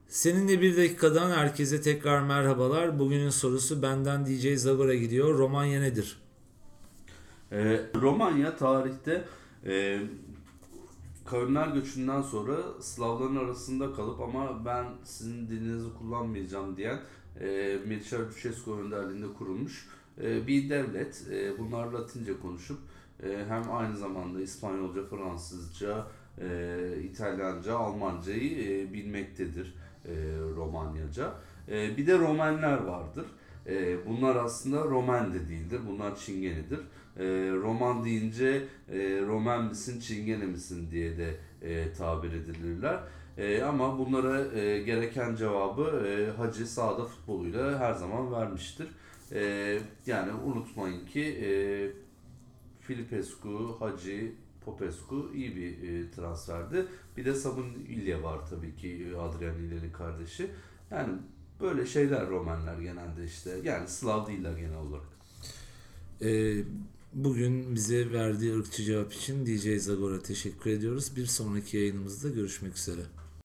Seninle bir dakikadan herkese tekrar merhabalar. Bugünün sorusu benden DJ Zagor'a gidiyor. Romanya nedir? Romanya tarihte e, kavimler göçünden sonra Slavların arasında kalıp ama ben sizin dilinizi kullanmayacağım diyen Mircea Lucescu önderliğinde kurulmuş bir devlet. Bunlar Latince konuşup hem aynı zamanda İspanyolca, Fransızca, İtalyanca, Almancayı bilmektedir Romanyaca. Bir de Romenler vardır. Bunlar aslında Romen de değildir. Bunlar Çingenidir. Roman deyince Romen misin, Çingene misin diye de tabir edilirler. Ama bunlara gereken cevabı Hacı sahada futboluyla her zaman vermiştir. Yani unutmayın ki Filipescu, Hacı, Popescu iyi bir transferdi. Bir de Sabun İlya var tabii ki Adrian İlya'nın kardeşi. Yani böyle şeyler Romenler genelde işte. Yani Slav değiller genel olarak. Ee, Bugün bize verdiği ırkçı cevap için DJ Zagor'a teşekkür ediyoruz. Bir sonraki yayınımızda görüşmek üzere.